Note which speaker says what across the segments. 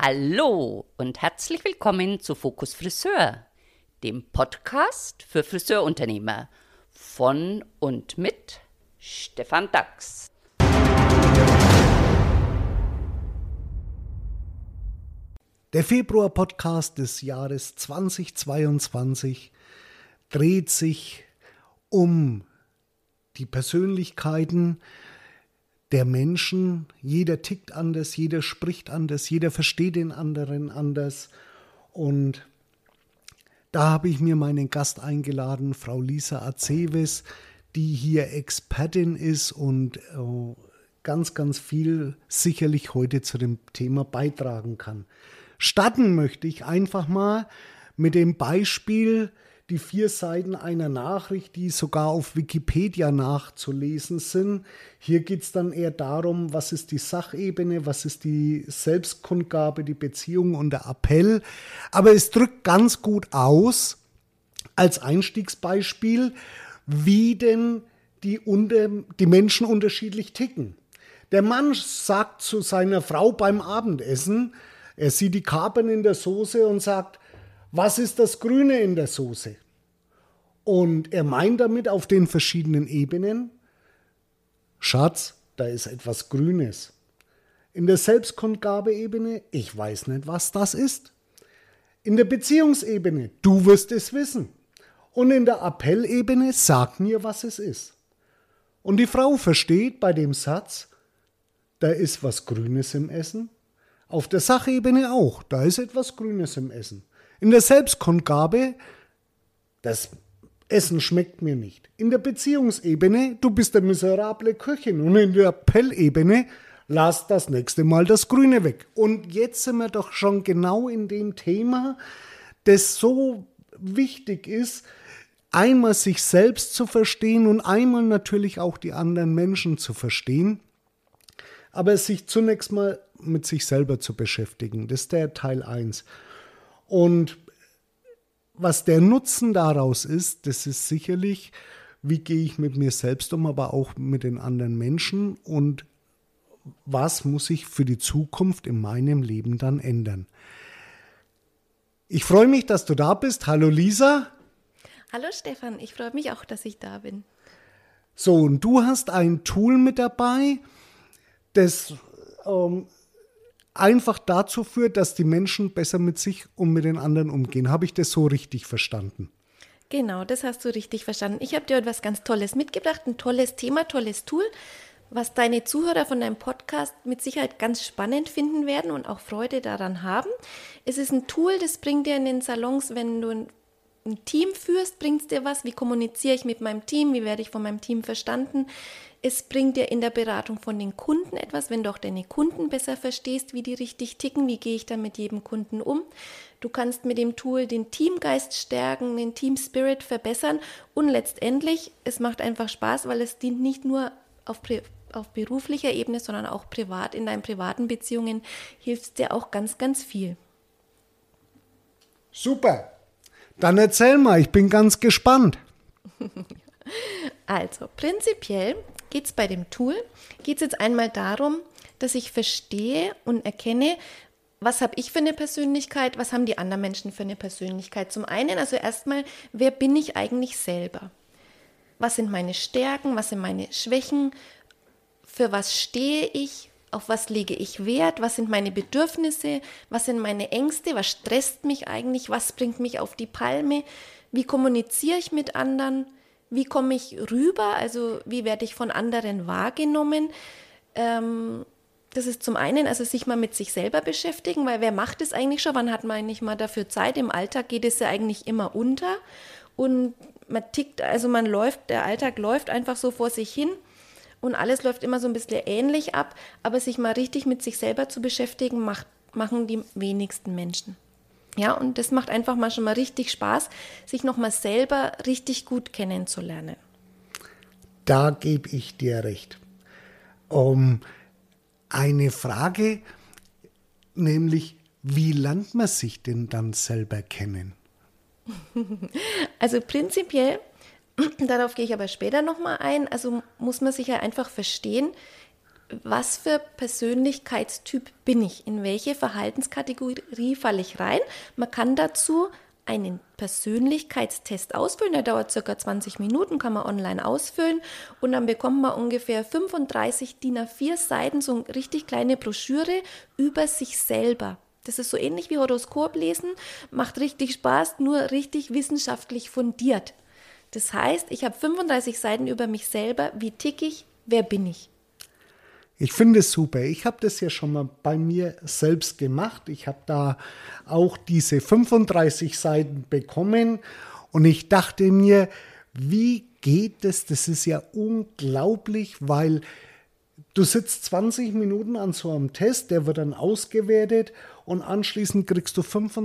Speaker 1: Hallo und herzlich willkommen zu Fokus Friseur, dem Podcast für Friseurunternehmer von und mit Stefan Dachs.
Speaker 2: Der Februar-Podcast des Jahres 2022 dreht sich um die Persönlichkeiten der Menschen. Jeder tickt anders, jeder spricht anders, jeder versteht den anderen anders. Und da habe ich mir meinen Gast eingeladen, Frau Lisa Aceves, die hier Expertin ist und ganz, ganz viel sicherlich heute zu dem Thema beitragen kann. Starten möchte ich einfach mal mit dem Beispiel, die 4 Seiten einer Nachricht, die sogar auf Wikipedia nachzulesen sind. Hier geht es dann eher darum, was ist die Sachebene, was ist die Selbstkundgabe, die Beziehung und der Appell. Aber es drückt ganz gut aus, als Einstiegsbeispiel, wie denn die Menschen unterschiedlich ticken. Der Mann sagt zu seiner Frau beim Abendessen, er sieht die Kapern in der Soße und sagt, was ist das Grüne in der Soße? Und er meint damit auf den verschiedenen Ebenen, Schatz, da ist etwas Grünes. In der Selbstkundgabeebene, ich weiß nicht, was das ist. In der Beziehungsebene, du wirst es wissen. Und in der Appellebene, sag mir, was es ist. Und die Frau versteht bei dem Satz, da ist was Grünes im Essen. Auf der Sachebene auch, da ist etwas Grünes im Essen. In der Selbstkundgabe, das Essen schmeckt mir nicht. In der Beziehungsebene, du bist eine miserable Köchin. Und in der Appellebene, lass das nächste Mal das Grüne weg. Und jetzt sind wir doch schon genau in dem Thema, das so wichtig ist, einmal sich selbst zu verstehen und einmal natürlich auch die anderen Menschen zu verstehen. Aber sich zunächst mal mit sich selber zu beschäftigen. Das ist der Teil 1. Und was der Nutzen daraus ist, das ist sicherlich, wie gehe ich mit mir selbst um, aber auch mit den anderen Menschen und was muss ich für die Zukunft in meinem Leben dann ändern. Ich freue mich, dass du da bist. Hallo Lisa.
Speaker 3: Hallo Stefan, ich freue mich auch, dass ich da bin.
Speaker 2: So, und du hast ein Tool mit dabei, das einfach dazu führt, dass die Menschen besser mit sich und mit den anderen umgehen. Habe ich das so richtig verstanden?
Speaker 3: Genau, das hast du richtig verstanden. Ich habe dir etwas ganz Tolles mitgebracht, ein tolles Thema, tolles Tool, was deine Zuhörer von deinem Podcast mit Sicherheit ganz spannend finden werden und auch Freude daran haben. Es ist ein Tool, das bringt dir in den Salons, wenn du ein Team führst, bringt es dir was. Wie kommuniziere ich mit meinem Team? Wie werde ich von meinem Team verstanden? Es bringt dir in der Beratung von den Kunden etwas, wenn du auch deine Kunden besser verstehst, wie die richtig ticken, wie gehe ich dann mit jedem Kunden um. Du kannst mit dem Tool den Teamgeist stärken, den Team Spirit verbessern und letztendlich, es macht einfach Spaß, weil es dient nicht nur auf beruflicher Ebene, sondern auch privat, in deinen privaten Beziehungen hilft es dir auch ganz, ganz viel.
Speaker 2: Super, dann erzähl mal, ich bin ganz gespannt.
Speaker 3: Also prinzipiell geht es bei dem Tool, jetzt einmal darum, dass ich verstehe und erkenne, was habe ich für eine Persönlichkeit, was haben die anderen Menschen für eine Persönlichkeit. Zum einen, also erstmal, wer bin ich eigentlich selber? Was sind meine Stärken, was sind meine Schwächen, für was stehe ich, auf was lege ich Wert, was sind meine Bedürfnisse, was sind meine Ängste, was stresst mich eigentlich, was bringt mich auf die Palme, wie kommuniziere ich mit anderen, wie komme ich rüber, also wie werde ich von anderen wahrgenommen. Das ist zum einen, also sich mal mit sich selber beschäftigen, weil wer macht es eigentlich schon, wann hat man eigentlich mal dafür Zeit? Im Alltag geht es ja eigentlich immer unter und man tickt, also der Alltag läuft einfach so vor sich hin und alles läuft immer so ein bisschen ähnlich ab, aber sich mal richtig mit sich selber zu beschäftigen, machen die wenigsten Menschen. Ja, und das macht einfach mal schon mal richtig Spaß, sich nochmal selber richtig gut kennenzulernen.
Speaker 2: Da gebe ich dir recht. Eine Frage, nämlich, wie lernt man sich denn dann selber kennen?
Speaker 3: Also prinzipiell, darauf gehe ich aber später nochmal ein, also muss man sich ja einfach verstehen, was für Persönlichkeitstyp bin ich? In welche Verhaltenskategorie falle ich rein? Man kann dazu einen Persönlichkeitstest ausfüllen, der dauert ca. 20 Minuten, kann man online ausfüllen und dann bekommt man ungefähr 35 DIN A4 Seiten, so eine richtig kleine Broschüre über sich selber. Das ist so ähnlich wie Horoskop lesen, macht richtig Spaß, nur richtig wissenschaftlich fundiert. Das heißt, ich habe 35 Seiten über mich selber, wie tick ich, wer bin ich?
Speaker 2: Ich finde es super. Ich habe das ja schon mal bei mir selbst gemacht. Ich habe da auch diese 35 Seiten bekommen und ich dachte mir, wie geht das? Das ist ja unglaublich, weil du sitzt 20 Minuten an so einem Test, der wird dann ausgewertet und anschließend kriegst du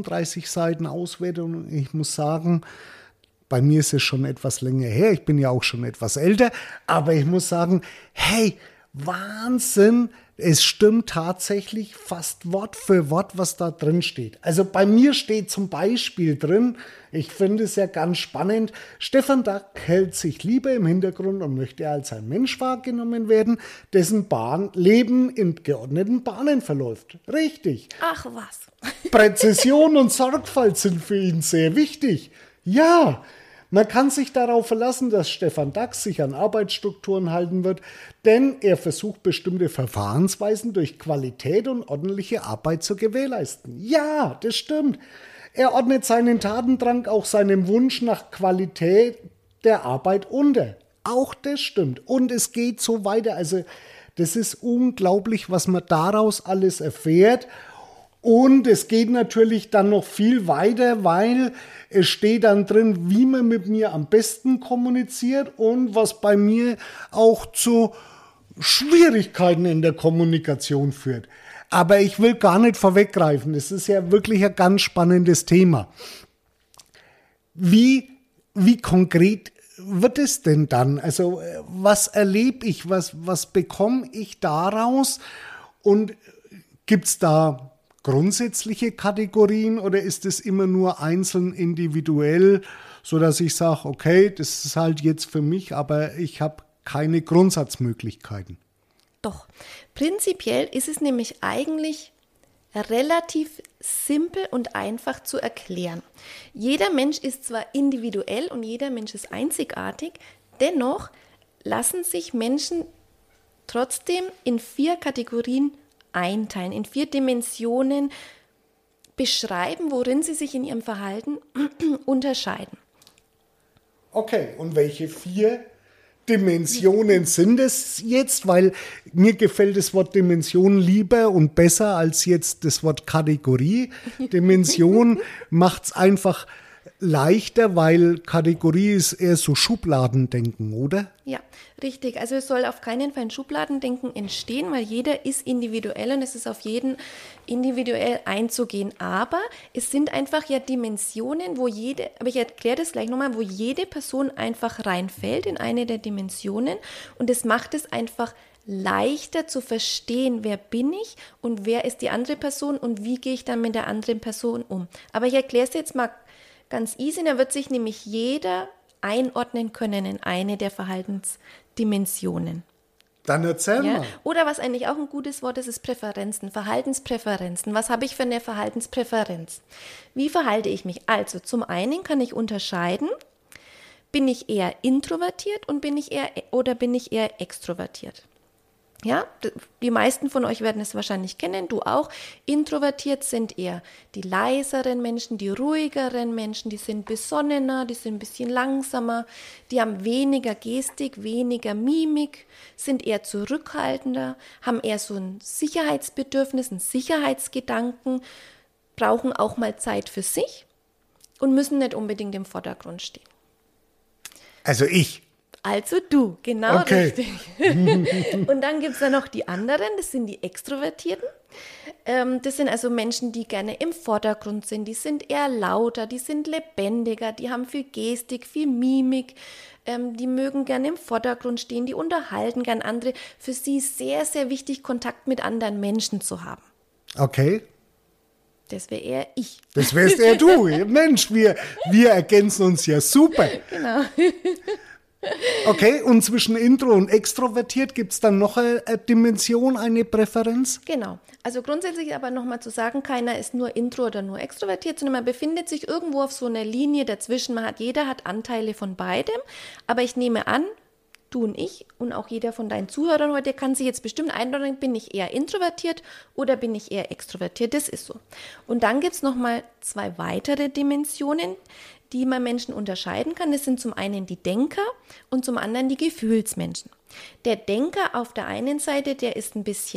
Speaker 2: 35 Seiten Auswertung und ich muss sagen, bei mir ist es schon etwas länger her, ich bin ja auch schon etwas älter, aber ich muss sagen, hey, Wahnsinn, es stimmt tatsächlich fast Wort für Wort, was da drin steht. Also bei mir steht zum Beispiel drin, ich finde es ja ganz spannend, Stefan Dack hält sich lieber im Hintergrund und möchte als ein Mensch wahrgenommen werden, dessen Leben in geordneten Bahnen verläuft. Richtig.
Speaker 3: Ach was.
Speaker 2: Präzision und Sorgfalt sind für ihn sehr wichtig. Ja, man kann sich darauf verlassen, dass Stefan Dack sich an Arbeitsstrukturen halten wird, denn er versucht bestimmte Verfahrensweisen durch Qualität und ordentliche Arbeit zu gewährleisten. Ja, das stimmt. Er ordnet seinen Tatendrang auch seinem Wunsch nach Qualität der Arbeit unter. Auch das stimmt. Und es geht so weiter. Also das ist unglaublich, was man daraus alles erfährt. Und es geht natürlich dann noch viel weiter, weil es steht dann drin, wie man mit mir am besten kommuniziert und was bei mir auch zu Schwierigkeiten in der Kommunikation führt. Aber ich will gar nicht vorweggreifen, das ist ja wirklich ein ganz spannendes Thema. Wie konkret wird es denn dann? Also was erlebe ich, was bekomme ich daraus und gibt es da grundsätzliche Kategorien oder ist es immer nur einzeln individuell, sodass ich sage, okay, das ist halt jetzt für mich, aber ich habe keine Grundsatzmöglichkeiten?
Speaker 3: Doch, prinzipiell ist es nämlich eigentlich relativ simpel und einfach zu erklären. Jeder Mensch ist zwar individuell und jeder Mensch ist einzigartig, dennoch lassen sich Menschen trotzdem in 4 Kategorien einteilen, in 4 Dimensionen beschreiben, worin sie sich in ihrem Verhalten unterscheiden.
Speaker 2: Okay, und welche 4 Dimensionen sind es jetzt? Weil mir gefällt das Wort Dimension lieber und besser als jetzt das Wort Kategorie. Dimension macht es einfach leichter, weil Kategorie ist eher so Schubladendenken, oder?
Speaker 3: Ja, richtig. Also es soll auf keinen Fall ein Schubladendenken entstehen, weil jeder ist individuell und es ist auf jeden individuell einzugehen. Aber es sind einfach ja Dimensionen, aber ich erkläre das gleich nochmal, wo jede Person einfach reinfällt in eine der Dimensionen und es macht es einfach leichter zu verstehen, wer bin ich und wer ist die andere Person und wie gehe ich dann mit der anderen Person um. Aber ich erkläre es jetzt mal ganz easy, da wird sich nämlich jeder einordnen können in eine der Verhaltensdimensionen.
Speaker 2: Dann erzähl mal.
Speaker 3: Oder was eigentlich auch ein gutes Wort ist, ist Präferenzen, Verhaltenspräferenzen. Was habe ich für eine Verhaltenspräferenz? Wie verhalte ich mich? Also zum einen kann ich unterscheiden, bin ich eher introvertiert und bin ich eher extrovertiert? Ja, die meisten von euch werden es wahrscheinlich kennen, du auch. Introvertiert sind eher die leiseren Menschen, die ruhigeren Menschen, die sind besonnener, die sind ein bisschen langsamer, die haben weniger Gestik, weniger Mimik, sind eher zurückhaltender, haben eher so ein Sicherheitsbedürfnis, einen Sicherheitsgedanken, brauchen auch mal Zeit für sich und müssen nicht unbedingt im Vordergrund stehen.
Speaker 2: Also ich.
Speaker 3: Also du, genau
Speaker 2: okay.
Speaker 3: Richtig. Und dann gibt es da noch die anderen, das sind die Extrovertierten. Das sind also Menschen, die gerne im Vordergrund sind, die sind eher lauter, die sind lebendiger, die haben viel Gestik, viel Mimik, die mögen gerne im Vordergrund stehen, die unterhalten gern andere. Für sie ist sehr, sehr wichtig, Kontakt mit anderen Menschen zu haben.
Speaker 2: Okay.
Speaker 3: Das wäre eher ich.
Speaker 2: Das wärst eher du. Mensch, wir ergänzen uns ja super.
Speaker 3: Genau.
Speaker 2: Okay, und zwischen intro und extrovertiert gibt es dann noch eine Dimension, eine Präferenz?
Speaker 3: Genau. Also grundsätzlich aber nochmal zu sagen, keiner ist nur intro oder nur extrovertiert, sondern man befindet sich irgendwo auf so einer Linie dazwischen. Jeder hat Anteile von beidem, aber ich nehme an, du und ich und auch jeder von deinen Zuhörern heute kann sich jetzt bestimmt einordnen, bin ich eher introvertiert oder bin ich eher extrovertiert, das ist so. Und dann gibt es nochmal 2 weitere Dimensionen, die man Menschen unterscheiden kann. Das sind zum einen die Denker und zum anderen die Gefühlsmenschen. Der Denker auf der einen Seite, das ist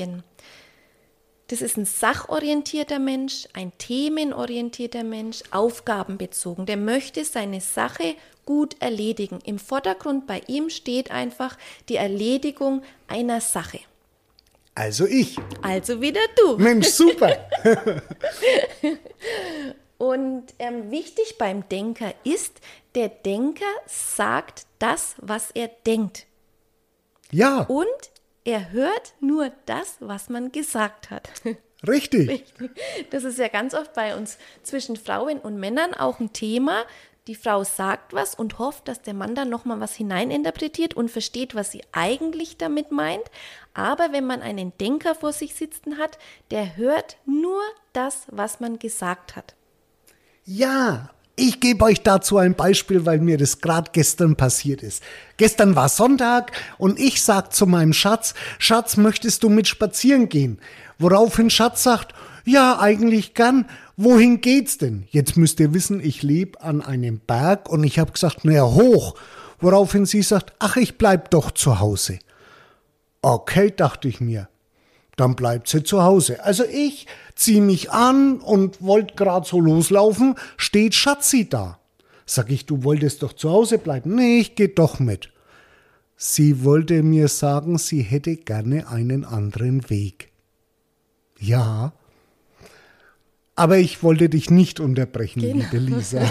Speaker 3: ein sachorientierter Mensch, ein themenorientierter Mensch, aufgabenbezogen. Der möchte seine Sache gut erledigen. Im Vordergrund bei ihm steht einfach die Erledigung einer Sache.
Speaker 2: Also ich.
Speaker 3: Also wieder du.
Speaker 2: Mensch, super.
Speaker 3: Und wichtig beim Denker ist, der Denker sagt das, was er denkt.
Speaker 2: Ja.
Speaker 3: Und er hört nur das, was man gesagt hat.
Speaker 2: Richtig.
Speaker 3: Das ist ja ganz oft bei uns zwischen Frauen und Männern auch ein Thema. Die Frau sagt was und hofft, dass der Mann dann nochmal was hineininterpretiert und versteht, was sie eigentlich damit meint. Aber wenn man einen Denker vor sich sitzen hat, der hört nur das, was man gesagt hat.
Speaker 2: Ja, ich gebe euch dazu ein Beispiel, weil mir das gerade gestern passiert ist. Gestern war Sonntag und ich sag zu meinem Schatz, Schatz, möchtest du mit spazieren gehen? Woraufhin Schatz sagt, ja, eigentlich gern. Wohin geht's denn? Jetzt müsst ihr wissen, ich lebe an einem Berg und ich habe gesagt, naja, hoch. Woraufhin sie sagt, ach, ich bleib doch zu Hause. Okay, dachte ich mir. Dann bleibt sie zu Hause. Also ich ziehe mich an und wollte gerade so loslaufen, steht Schatzi da. Sag ich, du wolltest doch zu Hause bleiben. Nee, ich gehe doch mit. Sie wollte mir sagen, sie hätte gerne einen anderen Weg. Ja, aber ich wollte dich nicht unterbrechen, liebe Lisa.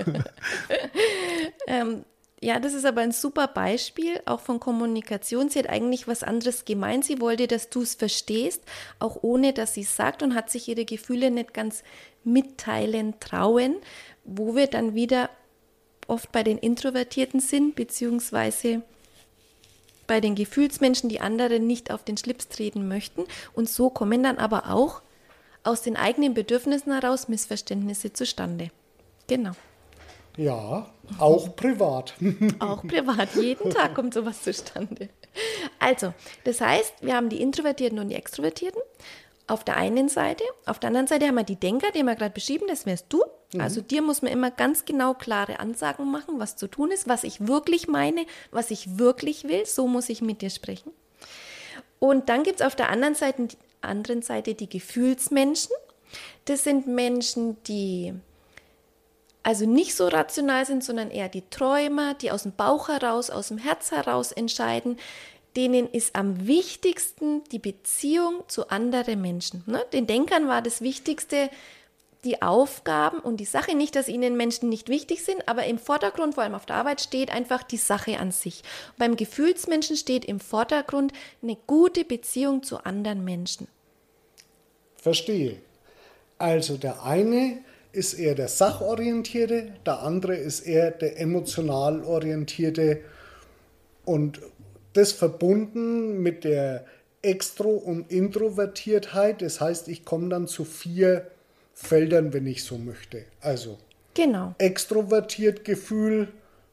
Speaker 3: Ja, das ist aber ein super Beispiel, auch von Kommunikation. Sie hat eigentlich was anderes gemeint. Sie wollte, dass du es verstehst, auch ohne, dass sie es sagt und hat sich ihre Gefühle nicht ganz mitteilen trauen, wo wir dann wieder oft bei den Introvertierten sind, beziehungsweise bei den Gefühlsmenschen, die anderen nicht auf den Schlips treten möchten. Und so kommen dann aber auch aus den eigenen Bedürfnissen heraus Missverständnisse zustande. Genau.
Speaker 2: Ja, auch privat.
Speaker 3: Auch privat. Jeden Tag kommt sowas zustande. Also, das heißt, wir haben die Introvertierten und die Extrovertierten auf der einen Seite. Auf der anderen Seite haben wir die Denker, die haben wir gerade beschrieben, das wärst du. Also dir muss man immer ganz genau klare Ansagen machen, was zu tun ist, was ich wirklich meine, was ich wirklich will. So muss ich mit dir sprechen. Und dann gibt es auf der anderen Seite die Gefühlsmenschen. Das sind Menschen, die also nicht so rational sind, sondern eher die Träumer, die aus dem Bauch heraus, aus dem Herz heraus entscheiden. Denen ist am wichtigsten die Beziehung zu anderen Menschen. Den Denkern war das Wichtigste die Aufgaben und die Sache. Nicht, dass ihnen Menschen nicht wichtig sind, aber im Vordergrund, vor allem auf der Arbeit, steht einfach die Sache an sich. Und beim Gefühlsmenschen steht im Vordergrund eine gute Beziehung zu anderen Menschen.
Speaker 2: Verstehe. Also der eine ist eher der Sachorientierte, der andere ist eher der emotional Orientierte und das verbunden mit der Extro- und Introvertiertheit. Das heißt, ich komme dann zu 4 Feldern, wenn ich so möchte. Also
Speaker 3: genau.
Speaker 2: Extrovertiert Gefühl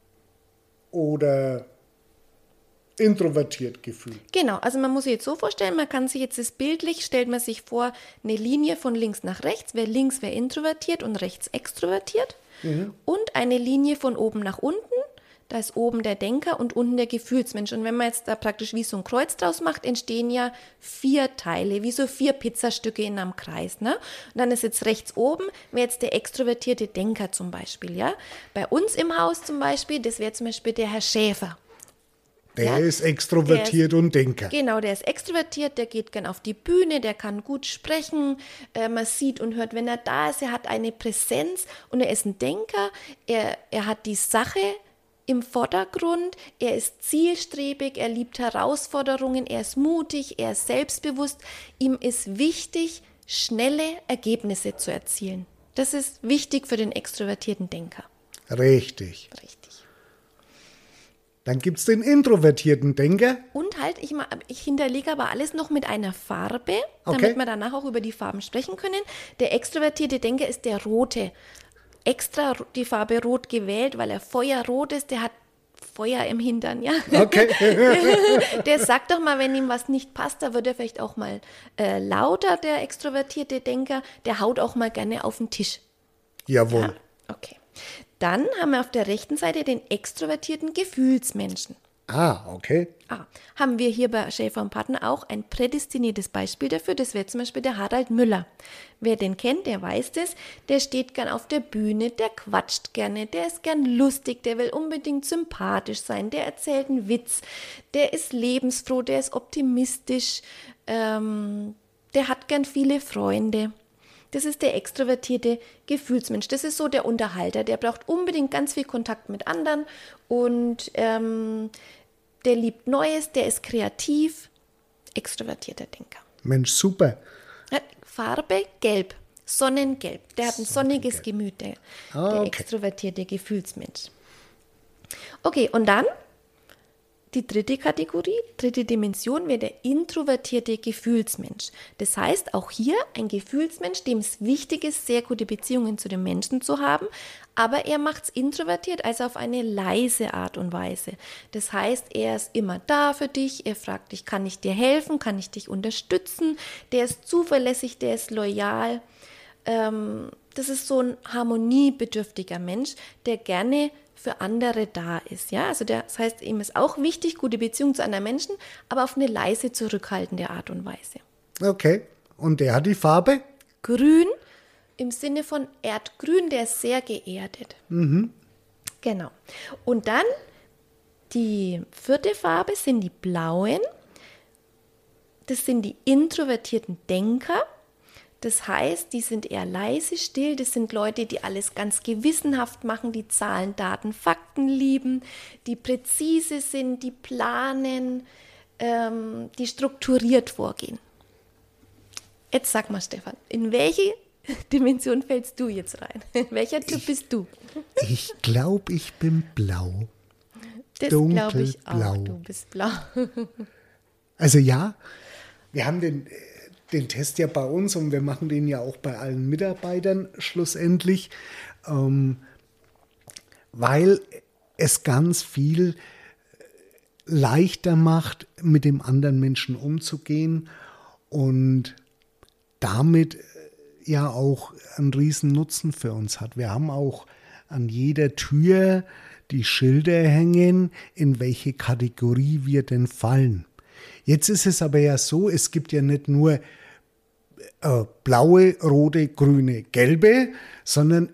Speaker 2: oder introvertiert Gefühl.
Speaker 3: Genau, also man muss sich jetzt so vorstellen, man kann sich jetzt das bildlich, stellt man sich vor, eine Linie von links nach rechts, wer links wäre introvertiert und rechts extrovertiert und eine Linie von oben nach unten, da ist oben der Denker und unten der Gefühlsmensch. Und wenn man jetzt da praktisch wie so ein Kreuz draus macht, entstehen ja 4 Teile, wie so 4 Pizzastücke in einem Kreis. Ne? Und dann ist jetzt rechts oben, wäre jetzt der extrovertierte Denker zum Beispiel. Ja? Bei uns im Haus zum Beispiel, das wäre zum Beispiel der Herr Schäfer.
Speaker 2: Der ist extrovertiert und Denker.
Speaker 3: Genau, der ist extrovertiert, der geht gern auf die Bühne, der kann gut sprechen, man sieht und hört, wenn er da ist, er hat eine Präsenz und er ist ein Denker, er hat die Sache im Vordergrund, er ist zielstrebig, er liebt Herausforderungen, er ist mutig, er ist selbstbewusst, ihm ist wichtig, schnelle Ergebnisse zu erzielen. Das ist wichtig für den extrovertierten Denker.
Speaker 2: Richtig. Dann gibt es den introvertierten Denker.
Speaker 3: Und halt, ich hinterlege aber alles noch mit einer Farbe,
Speaker 2: Okay.
Speaker 3: damit wir danach auch über die Farben sprechen können. Der extrovertierte Denker ist der rote. Extra die Farbe rot gewählt, weil er feuerrot ist. Der hat Feuer im Hintern, ja.
Speaker 2: Okay.
Speaker 3: Der sagt doch mal, wenn ihm was nicht passt, da wird er vielleicht auch mal lauter, der extrovertierte Denker. Der haut auch mal gerne auf den Tisch.
Speaker 2: Jawohl.
Speaker 3: Ja, okay. Dann haben wir auf der rechten Seite den extrovertierten Gefühlsmenschen.
Speaker 2: Okay.
Speaker 3: Haben wir hier bei Schäfer und Partner auch ein prädestiniertes Beispiel dafür. Das wäre zum Beispiel der Harald Müller. Wer den kennt, der weiß das. Der steht gern auf der Bühne, der quatscht gerne, der ist gern lustig, der will unbedingt sympathisch sein, der erzählt einen Witz, der ist lebensfroh, der ist optimistisch, der hat gern viele Freunde. Das ist der extrovertierte Gefühlsmensch. Das ist so der Unterhalter. Der braucht unbedingt ganz viel Kontakt mit anderen und der liebt Neues, der ist kreativ. Extrovertierter Denker.
Speaker 2: Mensch, super.
Speaker 3: Farbe gelb, Sonnengelb. Der hat ein sonniges Gemüt, der
Speaker 2: Okay.
Speaker 3: extrovertierte Gefühlsmensch. Okay, und dann die dritte Kategorie, dritte Dimension wäre der introvertierte Gefühlsmensch. Das heißt, auch hier ein Gefühlsmensch, dem es wichtig ist, sehr gute Beziehungen zu den Menschen zu haben, aber er macht es introvertiert, also auf eine leise Art und Weise. Das heißt, er ist immer da für dich, er fragt dich, kann ich dir helfen, kann ich dich unterstützen, der ist zuverlässig, der ist loyal. Das ist so ein harmoniebedürftiger Mensch, der gerne für andere da ist. Ja? Also das heißt, ihm ist auch wichtig, gute Beziehungen zu anderen Menschen, aber auf eine leise, zurückhaltende Art und Weise.
Speaker 2: Okay. Und der hat die Farbe?
Speaker 3: Grün im Sinne von Erdgrün, der ist sehr geerdet. Genau. Und dann die vierte Farbe sind die blauen. Das sind die introvertierten Denker. Das heißt, die sind eher leise, still. Das sind Leute, die alles ganz gewissenhaft machen, die Zahlen, Daten, Fakten lieben, die präzise sind, die planen, die strukturiert vorgehen. Jetzt sag mal, Stefan, in welche Dimension fällst du jetzt rein? Welcher Typ bist du?
Speaker 2: Ich glaube, ich bin blau.
Speaker 3: Das glaube ich auch.
Speaker 2: Dunkelblau.
Speaker 3: Du bist blau.
Speaker 2: Also ja, wir haben den Test ja bei uns und wir machen den ja auch bei allen Mitarbeitern schlussendlich, weil es ganz viel leichter macht, mit dem anderen Menschen umzugehen und damit ja auch einen riesen Nutzen für uns hat. Wir haben auch an jeder Tür die Schilder hängen, in welche Kategorie wir denn fallen. Jetzt ist es aber ja so, es gibt ja nicht nur blaue, rote, grüne, gelbe, sondern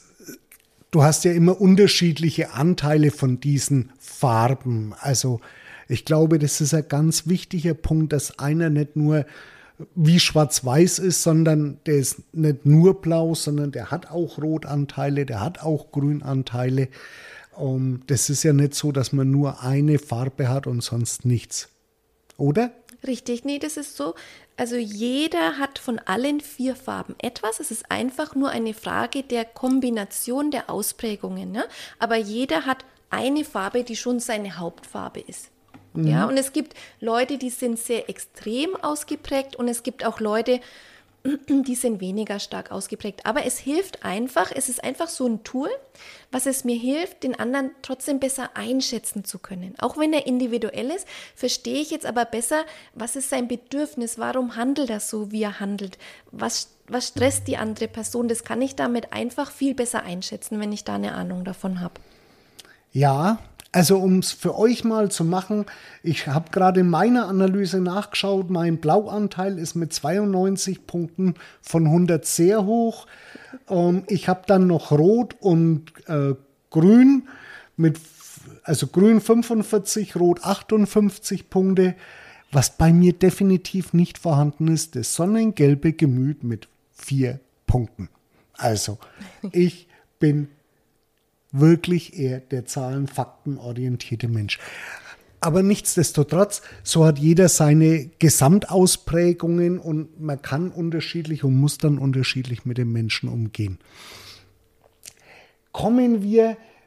Speaker 2: du hast ja immer unterschiedliche Anteile von diesen Farben. Also ich glaube, das ist ein ganz wichtiger Punkt, dass einer nicht nur wie schwarz-weiß ist, sondern der ist nicht nur blau, sondern der hat auch Rotanteile, der hat auch Grünanteile. Das ist ja nicht so, dass man nur eine Farbe hat und sonst nichts. Oder?
Speaker 3: Richtig, nee, das ist so. Also jeder hat von allen 4 Farben etwas. Es ist einfach nur eine Frage der Kombination der Ausprägungen. Ne? Aber jeder hat eine Farbe, die schon seine Hauptfarbe ist. Ja, und es gibt Leute, die sind sehr extrem ausgeprägt und es gibt auch Leute, die sind weniger stark ausgeprägt. Aber es hilft einfach, es ist einfach so ein Tool, was es mir hilft, den anderen trotzdem besser einschätzen zu können. Auch wenn er individuell ist, verstehe ich jetzt aber besser, was ist sein Bedürfnis, warum handelt er so, wie er handelt, was stresst die andere Person. Das kann ich damit einfach viel besser einschätzen, wenn ich da eine Ahnung davon habe.
Speaker 2: Ja, also um es für euch mal zu machen, ich habe gerade in meiner Analyse nachgeschaut, mein Blauanteil ist mit 92 Punkten von 100 sehr hoch. Ich habe dann noch Rot und Grün, also Grün 45, Rot 58 Punkte. Was bei mir definitiv nicht vorhanden ist, das sonnengelbe Gemüt mit 4 Punkten. Also ich bin wirklich eher der Zahlen-, Fakten-orientierte Mensch. Aber nichtsdestotrotz, so hat jeder seine Gesamtausprägungen und man kann unterschiedlich und muss dann unterschiedlich mit den Menschen umgehen. Kommen wir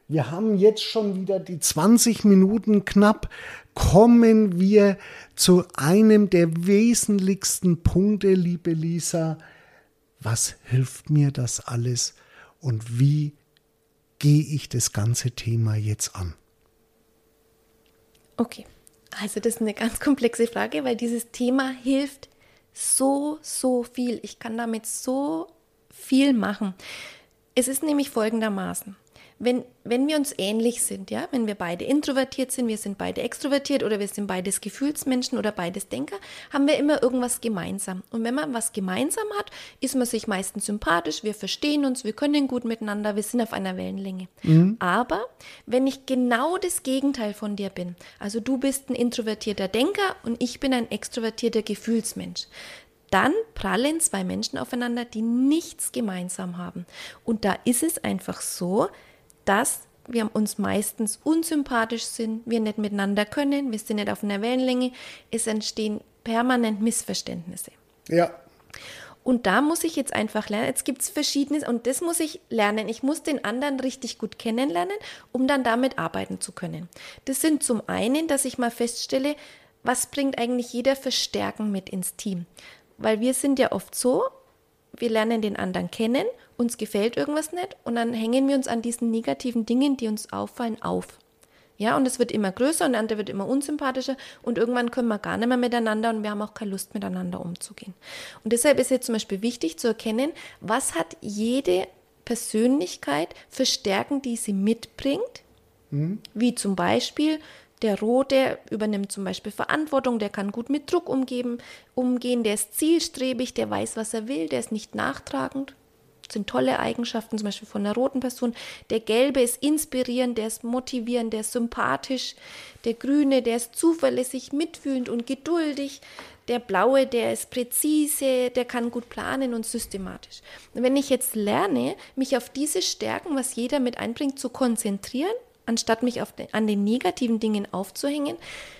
Speaker 2: Wir haben jetzt schon wieder die 20 Minuten knapp. Kommen wir zu einem der wesentlichsten Punkte, liebe Lisa. Was hilft mir das alles und wie gehe ich das ganze Thema jetzt an?
Speaker 3: Okay, also das ist eine ganz komplexe Frage, weil dieses Thema hilft so viel. Ich kann damit so viel machen. Es ist nämlich folgendermaßen. Wenn wir uns ähnlich sind, ja, wenn wir beide introvertiert sind, wir sind beide extrovertiert oder wir sind beides Gefühlsmenschen oder beides Denker, haben wir immer irgendwas gemeinsam. Und wenn man was gemeinsam hat, ist man sich meistens sympathisch, wir verstehen uns, wir können gut miteinander, wir sind auf einer Wellenlänge. Aber wenn ich genau das Gegenteil von dir bin, also du bist ein introvertierter Denker und ich bin ein extrovertierter Gefühlsmensch, dann prallen zwei Menschen aufeinander, die nichts gemeinsam haben. Und da ist es einfach so, dass wir uns meistens unsympathisch sind, wir nicht miteinander können, wir sind nicht auf einer Wellenlänge, es entstehen permanent Missverständnisse.
Speaker 2: Ja.
Speaker 3: Und da muss ich jetzt einfach lernen, jetzt gibt es Verschiedenes und das muss ich lernen. Ich muss den anderen richtig gut kennenlernen, um dann damit arbeiten zu können. Das sind zum einen, dass ich mal feststelle, was bringt eigentlich jeder für Stärken mit ins Team? Weil wir sind ja oft so, wir lernen den anderen kennen, uns gefällt irgendwas nicht und dann hängen wir uns an diesen negativen Dingen, die uns auffallen, auf. Ja, und es wird immer größer und der andere wird immer unsympathischer und irgendwann können wir gar nicht mehr miteinander und wir haben auch keine Lust, miteinander umzugehen. Und deshalb ist jetzt zum Beispiel wichtig zu erkennen, was hat jede Persönlichkeit für Stärken, die sie mitbringt, wie zum Beispiel der Rote übernimmt zum Beispiel Verantwortung, der kann gut mit Druck umgehen, der ist zielstrebig, der weiß, was er will, der ist nicht nachtragend. Das sind tolle Eigenschaften, zum Beispiel von einer roten Person. Der Gelbe ist inspirierend, der ist motivierend, der ist sympathisch. Der Grüne, der ist zuverlässig, mitfühlend und geduldig. Der Blaue, der ist präzise, der kann gut planen und systematisch. Und wenn ich jetzt lerne, mich auf diese Stärken, was jeder mit einbringt, zu konzentrieren, anstatt mich an den negativen Dingen aufzuhängen,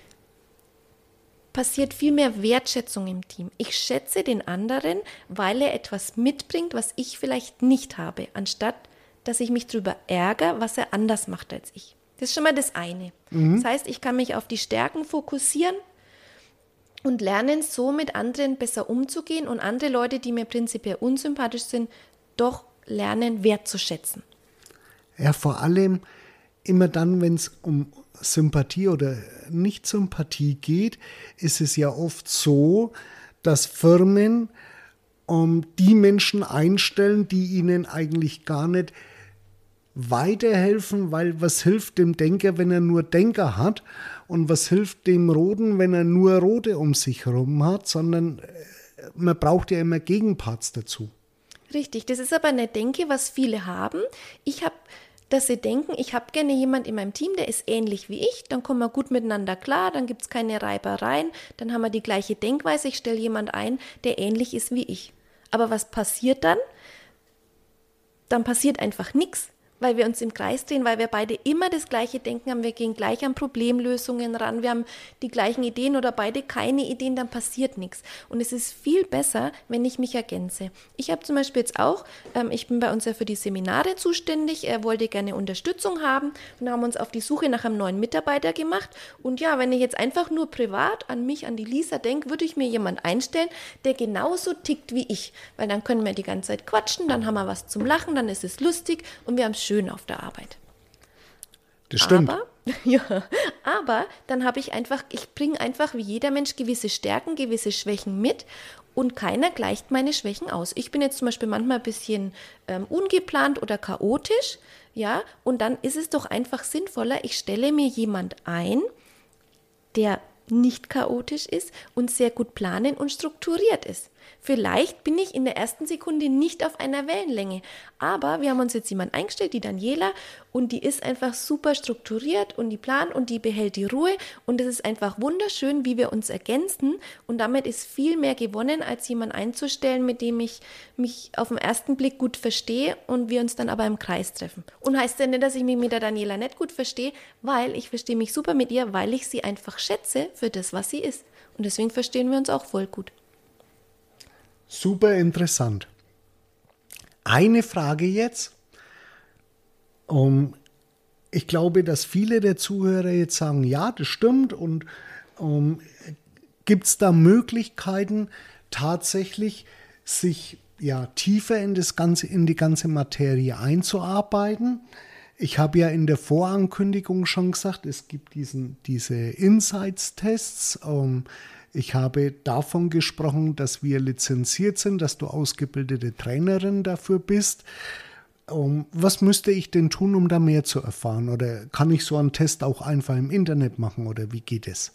Speaker 3: passiert viel mehr Wertschätzung im Team. Ich schätze den anderen, weil er etwas mitbringt, was ich vielleicht nicht habe, anstatt dass ich mich darüber ärgere, was er anders macht als ich. Das ist schon mal das eine. Das heißt, ich kann mich auf die Stärken fokussieren und lernen, so mit anderen besser umzugehen und andere Leute, die mir prinzipiell unsympathisch sind, doch lernen, wertzuschätzen.
Speaker 2: Ja, vor allem immer dann, wenn es um Sympathie oder Nicht-Sympathie geht, ist es ja oft so, dass Firmen die Menschen einstellen, die ihnen eigentlich gar nicht weiterhelfen, weil was hilft dem Denker, wenn er nur Denker hat und was hilft dem Roten, wenn er nur Rote um sich herum hat, sondern man braucht ja immer Gegenparts dazu.
Speaker 3: Richtig, das ist aber eine Denke, was viele haben. Dass sie denken, ich habe gerne jemanden in meinem Team, der ist ähnlich wie ich, dann kommen wir gut miteinander klar, dann gibt es keine Reibereien, dann haben wir die gleiche Denkweise, ich stelle jemanden ein, der ähnlich ist wie ich. Aber was passiert dann? Dann passiert einfach nichts, weil wir uns im Kreis drehen, weil wir beide immer das gleiche Denken haben, wir gehen gleich an Problemlösungen ran, wir haben die gleichen Ideen oder beide keine Ideen, dann passiert nichts. Und es ist viel besser, wenn ich mich ergänze. Ich habe zum Beispiel jetzt auch, ich bin bei uns ja für die Seminare zuständig, wollte gerne Unterstützung haben und haben uns auf die Suche nach einem neuen Mitarbeiter gemacht. Und ja, wenn ich jetzt einfach nur privat an mich, an die Lisa denke, würde ich mir jemanden einstellen, der genauso tickt wie ich. Weil dann können wir die ganze Zeit quatschen, dann haben wir was zum Lachen, dann ist es lustig und wir haben es schön auf der Arbeit.
Speaker 2: Das stimmt.
Speaker 3: Aber dann ich bringe einfach wie jeder Mensch gewisse Stärken, gewisse Schwächen mit und keiner gleicht meine Schwächen aus. Ich bin jetzt zum Beispiel manchmal ein bisschen ungeplant oder chaotisch, ja, und dann ist es doch einfach sinnvoller, ich stelle mir jemand ein, der nicht chaotisch ist und sehr gut planen und strukturiert ist. Vielleicht bin ich in der ersten Sekunde nicht auf einer Wellenlänge, aber wir haben uns jetzt jemanden eingestellt, die Daniela, und die ist einfach super strukturiert und die plant und die behält die Ruhe und es ist einfach wunderschön, wie wir uns ergänzen und damit ist viel mehr gewonnen, als jemanden einzustellen, mit dem ich mich auf den ersten Blick gut verstehe und wir uns dann aber im Kreis treffen. Und heißt ja nicht, dass ich mich mit der Daniela nicht gut verstehe, weil ich verstehe mich super mit ihr, weil ich sie einfach schätze für das, was sie ist. Und deswegen verstehen wir uns auch voll gut.
Speaker 2: Super interessant. Eine Frage jetzt. ich glaube, dass viele der Zuhörer jetzt sagen, ja, das stimmt. Und gibt es da Möglichkeiten, tatsächlich sich tiefer in die ganze Materie einzuarbeiten? Ich habe ja in der Vorankündigung schon gesagt, es gibt diese Insights-Tests. Ich habe davon gesprochen, dass wir lizenziert sind, dass du ausgebildete Trainerin dafür bist. Was müsste ich denn tun, um da mehr zu erfahren? Oder kann ich so einen Test auch einfach im Internet machen? Oder wie geht es?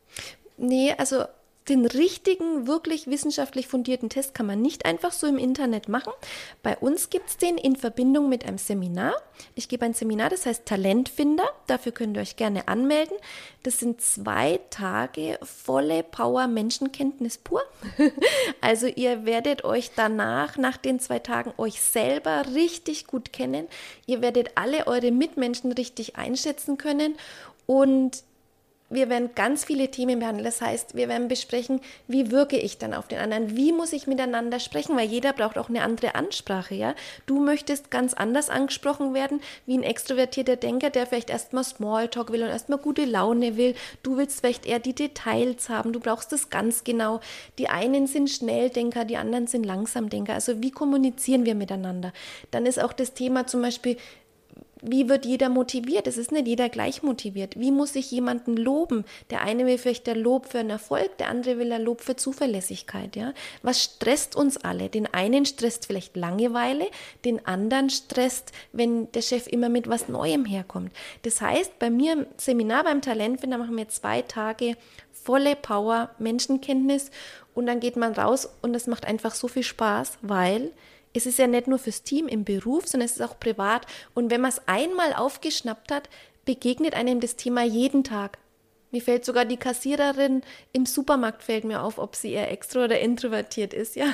Speaker 3: Nee, also den richtigen, wirklich wissenschaftlich fundierten Test kann man nicht einfach so im Internet machen. Bei uns gibt es den in Verbindung mit einem Seminar. Ich gebe ein Seminar, das heißt Talentfinder. Dafür könnt ihr euch gerne anmelden. Das sind 2 Tage volle Power Menschenkenntnis pur. Also ihr werdet euch danach, nach den 2 Tagen, euch selber richtig gut kennen. Ihr werdet alle eure Mitmenschen richtig einschätzen können und wir werden ganz viele Themen behandeln. Das heißt, wir werden besprechen, wie wirke ich dann auf den anderen? Wie muss ich miteinander sprechen? Weil jeder braucht auch eine andere Ansprache, ja? Du möchtest ganz anders angesprochen werden, wie ein extrovertierter Denker, der vielleicht erstmal Smalltalk will und erstmal gute Laune will. Du willst vielleicht eher die Details haben. Du brauchst das ganz genau. Die einen sind Schnelldenker, die anderen sind Langsamdenker. Also wie kommunizieren wir miteinander? Dann ist auch das Thema zum Beispiel, wie wird jeder motiviert? Es ist nicht jeder gleich motiviert. Wie muss ich jemanden loben? Der eine will vielleicht ein Lob für einen Erfolg, der andere will ein Lob für Zuverlässigkeit. Ja? Was stresst uns alle? Den einen stresst vielleicht Langeweile, den anderen stresst, wenn der Chef immer mit was Neuem herkommt. Das heißt, bei mir im Seminar beim Talentfinder machen wir 2 Tage volle Power, Menschenkenntnis und dann geht man raus und es macht einfach so viel Spaß, weil es ist ja nicht nur fürs Team im Beruf, sondern es ist auch privat. Und wenn man es einmal aufgeschnappt hat, begegnet einem das Thema jeden Tag. Mir fällt sogar die Kassiererin im Supermarkt fällt mir auf, ob sie eher extro oder introvertiert ist, ja.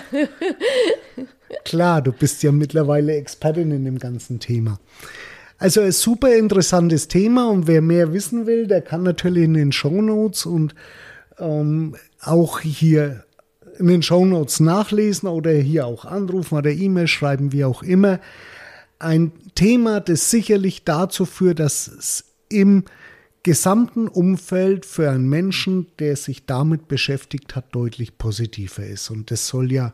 Speaker 2: Klar, du bist ja mittlerweile Expertin in dem ganzen Thema. Also ein super interessantes Thema und wer mehr wissen will, der kann natürlich in den Shownotes und auch hier in den Shownotes nachlesen oder hier auch anrufen oder E-Mail schreiben, wie auch immer. Ein Thema, das sicherlich dazu führt, dass es im gesamten Umfeld für einen Menschen, der sich damit beschäftigt hat, deutlich positiver ist. Und das soll ja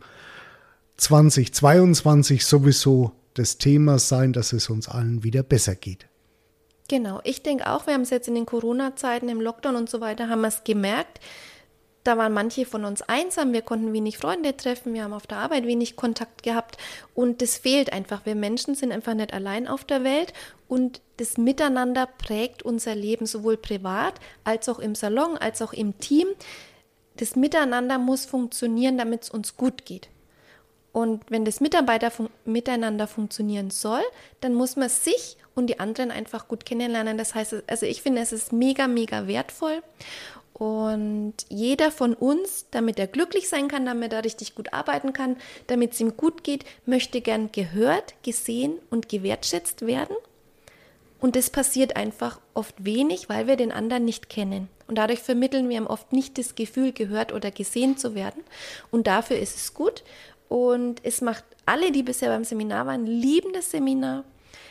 Speaker 2: 2022 sowieso das Thema sein, dass es uns allen wieder besser geht.
Speaker 3: Genau, ich denke auch, wir haben es jetzt in den Corona-Zeiten, im Lockdown und so weiter, haben wir es gemerkt. Da waren manche von uns einsam, wir konnten wenig Freunde treffen, wir haben auf der Arbeit wenig Kontakt gehabt und das fehlt einfach. Wir Menschen sind einfach nicht allein auf der Welt und das Miteinander prägt unser Leben, sowohl privat als auch im Salon, als auch im Team. Das Miteinander muss funktionieren, damit es uns gut geht. Und wenn das miteinander funktionieren soll, dann muss man sich und die anderen einfach gut kennenlernen. Das heißt, also ich finde, es ist mega, mega wertvoll. Und jeder von uns, damit er glücklich sein kann, damit er richtig gut arbeiten kann, damit es ihm gut geht, möchte gern gehört, gesehen und gewertschätzt werden. Und das passiert einfach oft wenig, weil wir den anderen nicht kennen. Und dadurch vermitteln wir ihm oft nicht das Gefühl, gehört oder gesehen zu werden. Und dafür ist es gut. Und es macht alle, die bisher beim Seminar waren, lieben das Seminar.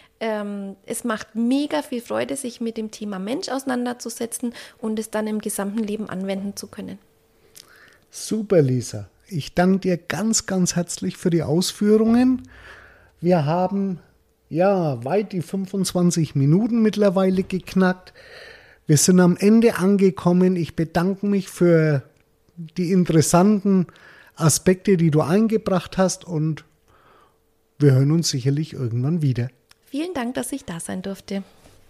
Speaker 3: Es macht mega viel Freude, sich mit dem Thema Mensch auseinanderzusetzen und es dann im gesamten Leben anwenden zu können.
Speaker 2: Super, Lisa. Ich danke dir ganz, ganz herzlich für die Ausführungen. Wir haben weit die 25 Minuten mittlerweile geknackt. Wir sind am Ende angekommen. Ich bedanke mich für die interessanten Aspekte, die du eingebracht hast und wir hören uns sicherlich irgendwann wieder.
Speaker 3: Vielen Dank, dass ich da sein durfte.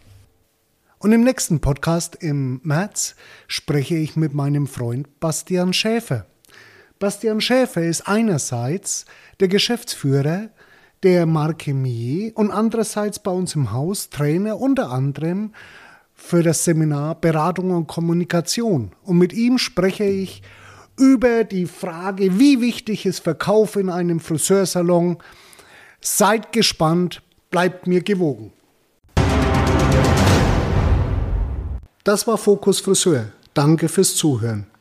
Speaker 2: Und im nächsten Podcast im März spreche ich mit meinem Freund Bastian Schäfer. Bastian Schäfer ist einerseits der Geschäftsführer der Marke Mier und andererseits bei uns im Haus Trainer unter anderem für das Seminar Beratung und Kommunikation. Und mit ihm spreche ich über die Frage, wie wichtig ist Verkauf in einem Friseursalon. Seid gespannt. Bleibt mir gewogen. Das war Fokus Friseur. Danke fürs Zuhören.